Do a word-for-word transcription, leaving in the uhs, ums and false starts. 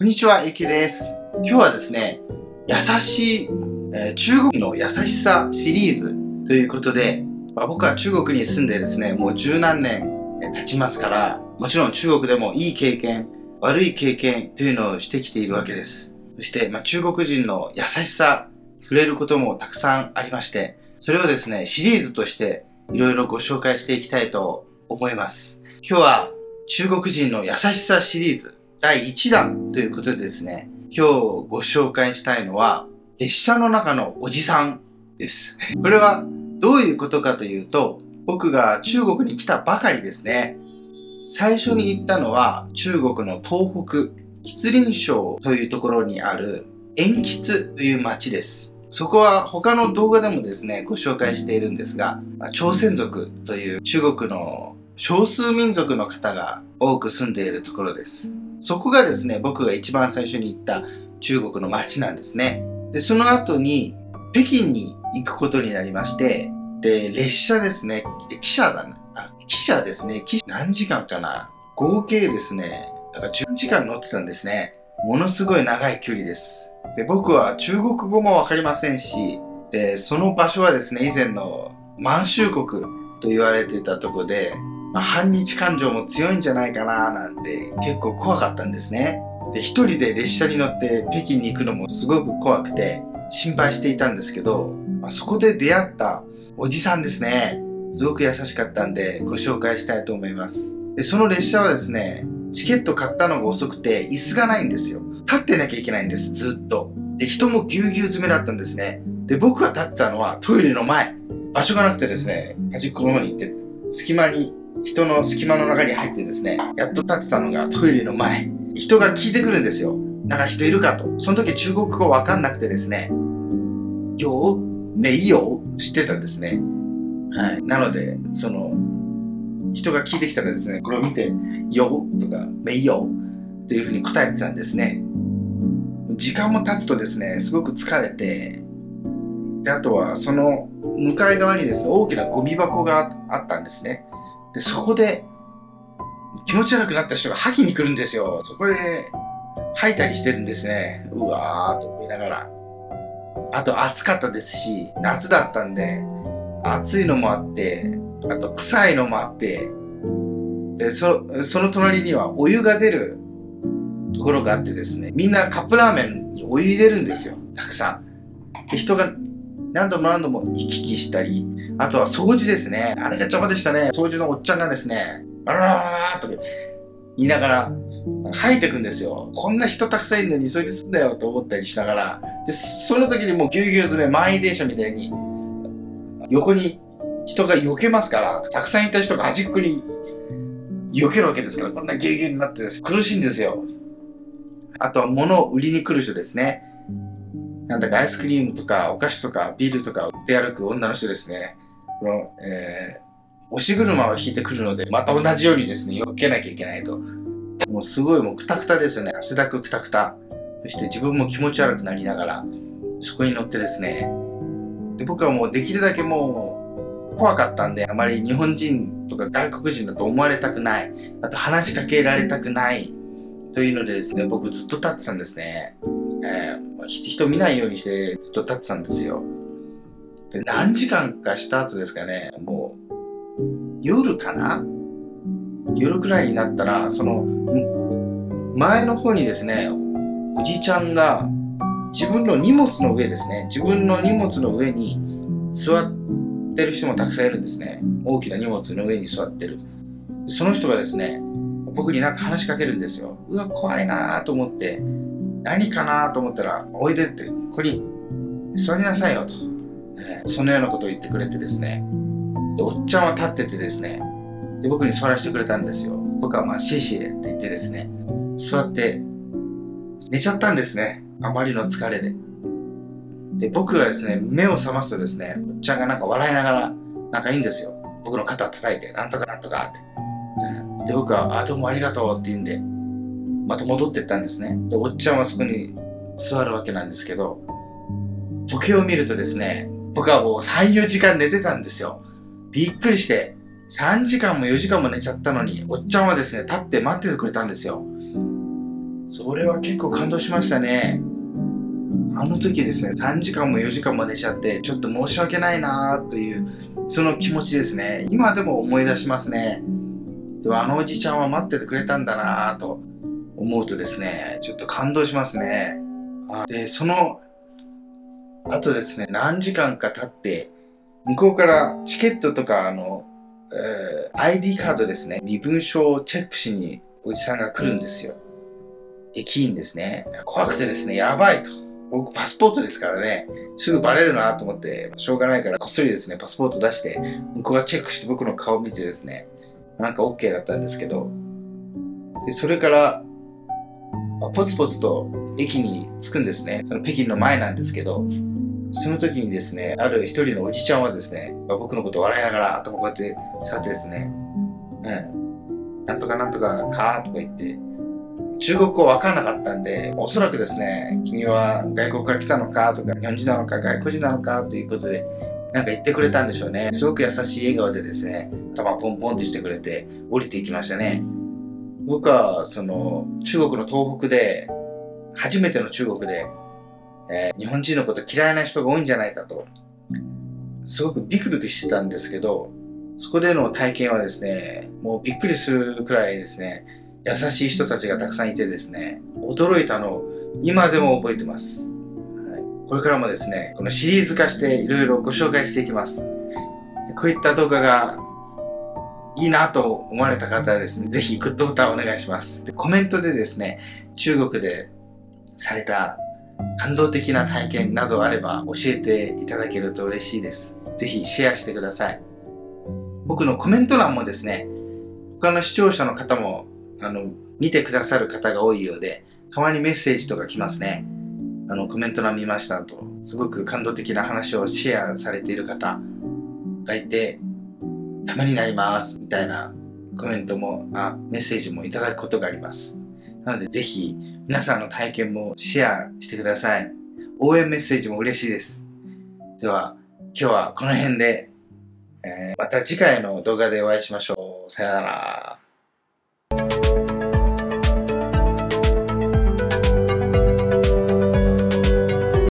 こんにちは、ゆきです。今日はですね、優しい、えー、中国の優しさシリーズということで、まあ、僕は中国に住んでですね、もう十何年経ちますから、もちろん中国でもいい経験、悪い経験というのをしてきているわけです。そして、まあ、中国人の優しさ、触れることもたくさんありまして、それをですね、シリーズとしていろいろご紹介していきたいと思います。今日は中国人の優しさシリーズだいいちだんということでですね、今日ご紹介したいのは、列車の中のおじさんです。これはどういうことかというと、僕が中国に来たばかりですね。最初に行ったのは中国の東北、吉林省というところにある延吉という町です。そこは他の動画でもですね、ご紹介しているんですが、朝鮮族という中国の少数民族の方が多く住んでいるところです。そこがですね、僕が一番最初に行った中国の町なんですね。で、その後に北京に行くことになりまして、で、列車ですね、汽車だね。あ、汽車ですね。汽車何時間かな？合計ですね、だからじゅうじかん乗ってたんですね。ものすごい長い距離です。で、僕は中国語もわかりませんし、で、その場所はですね、以前の満州国と言われていたところで、まあ、反日感情も強いんじゃないかななんて結構怖かったんですね。で、一人で列車に乗って北京に行くのもすごく怖くて心配していたんですけど、まあ、そこで出会ったおじさんですね。すごく優しかったんでご紹介したいと思います。で、その列車はですね、チケット買ったのが遅くて椅子がないんですよ。立ってなきゃいけないんです、ずっと。で、人もぎゅうぎゅう詰めだったんですね。で、僕が立ってたのはトイレの前。場所がなくてですね、端っこの方に行って隙間に人の隙間の中に入ってですね、やっと立ってたのがトイレの前。人が聞いてくるんですよ。なんか人いるかと。その時中国語わかんなくてですね、よー、めいよ知ってたんですね。はい。なので、その、人が聞いてきたらですね、これを見て、よーとか、めいよっていうふうに答えてたんですね。時間も経つとですね、すごく疲れて、で、あとはその向かい側にですね、大きなゴミ箱があったんですね。で、そこで気持ち悪くなった人が吐きに来るんですよ。そこで吐いたりしてるんですね。うわーと思いながら。あと暑かったですし、夏だったんで、暑いのもあって、あと臭いのもあって、で、そ、その隣にはお湯が出るところがあってですね、みんなカップラーメンにお湯入れるんですよ。たくさん。で、人が何度も何度も行き来したり、あとは掃除ですね。あれが邪魔でしたね。掃除のおっちゃんがですね、あららららと言いながら吐いてくんですよ。こんな人たくさんいるのに急いですんだよと思ったりしながら、で、その時にもうぎゅうぎゅう詰め、満員電車みたいに横に人が避けますから、たくさんいた人が端っこに避けるわけですから、こんなぎゅうぎゅうになってです。苦しいんですよ。あとは物を売りに来る人ですね。なんだかアイスクリームとかお菓子とかビールとか売って歩く女の人ですね。この、えー、押し車を引いてくるので、また同じようにですね、避けなきゃいけないと。もうすごいもうクタクタですよね。汗だくクタクタ。そして自分も気持ち悪くなりながら、そこに乗ってですね。で、僕はもうできるだけもう怖かったんで、あまり日本人とか外国人だと思われたくない。あと話しかけられたくない。というのでですね、僕ずっと立ってたんですね。えー、人見ないようにしてずっと立ってたんですよ。で、何時間かした後ですかね、もう夜かな夜くらいになったら、その前の方にですね、おじちゃんが自分の荷物の上ですね、自分の荷物の上に座ってる人もたくさんいるんですね。大きな荷物の上に座ってる。その人がですね、僕になんか話しかけるんですよ。うわ、怖いなぁと思って、何かなと思ったら、おいでって、ここに座りなさいよと、えー、そのようなことを言ってくれてですね。で、おっちゃんは立っててですね、で、僕に座らせてくれたんですよ。僕はまあ、シーシーって言ってですね、座って寝ちゃったんですね。あまりの疲れで。で、僕がですね、目を覚ますとですね、おっちゃんがなんか笑いながら、なんかいいんですよ。僕の肩叩いて、なんとかなんとかって。で、僕は、あ、どうもありがとうって言うんで、また戻ってったんですね。で、おっちゃんはそこに座るわけなんですけど、時計を見るとですね、僕はもうさん、よじかん寝てたんですよ。びっくりして、さんじかんもよじかんも寝ちゃったのに、おっちゃんはですね、立って待っててくれたんですよ。 それは結構感動しましたね。あの時ですね、さんじかんもよじかんも寝ちゃって、ちょっと申し訳ないなーという、その気持ちですね。今でも思い出しますね。でもあのおじちゃんは待っててくれたんだなーと思うとですね、ちょっと感動しますね。で、その後ですね、何時間か経って、向こうからチケットとか、あの、えー、アイディー カードですね、身分証をチェックしにおじさんが来るんですよ。駅員ですね。怖くてですね、やばいと。僕パスポートですからね、すぐバレるなと思って、しょうがないからこっそりですね、パスポート出して、向こうがチェックして僕の顔を見てですね、なんか OK だったんですけど、でそれから、ポツポツと駅に着くんですね。その北京の前なんですけど、その時にですね、ある一人のおじちゃんはですね、僕のことを笑いながら頭こうやって触ってですね、うん、なんとかなんとかかーとか言って、中国語わかんなかったんで、おそらくですね、君は外国から来たのかとか、日本人なのか外国人なのかということで、なんか言ってくれたんでしょうね。すごく優しい笑顔でですね、頭ポンポンってしてくれて、降りていきましたね。僕は、その、中国の東北で、初めての中国で、えー、日本人のこと嫌いな人が多いんじゃないかと、すごくビクビクしてたんですけど、そこでの体験はですね、もうびっくりするくらいですね、優しい人たちがたくさんいてですね、驚いたのを今でも覚えてます。はい、これからもですね、このシリーズ化していろいろご紹介していきます。こういった動画がいいなと思われた方はですね、ぜひグッドボタンをお願いします。でコメントでですね、中国でされた感動的な体験などあれば教えていただけると嬉しいです。ぜひシェアしてください。僕のコメント欄もですね、他の視聴者の方もあの見てくださる方が多いようで、たまにメッセージとか来ますね。あのコメント欄見ましたと、すごく感動的な話をシェアされている方がいて、ためになりますみたいなコメントもあメッセージもいただくことがあります。なのでぜひ皆さんの体験もシェアしてください。応援メッセージも嬉しいです。では今日はこの辺で、えー、また次回の動画でお会いしましょう。さよなら。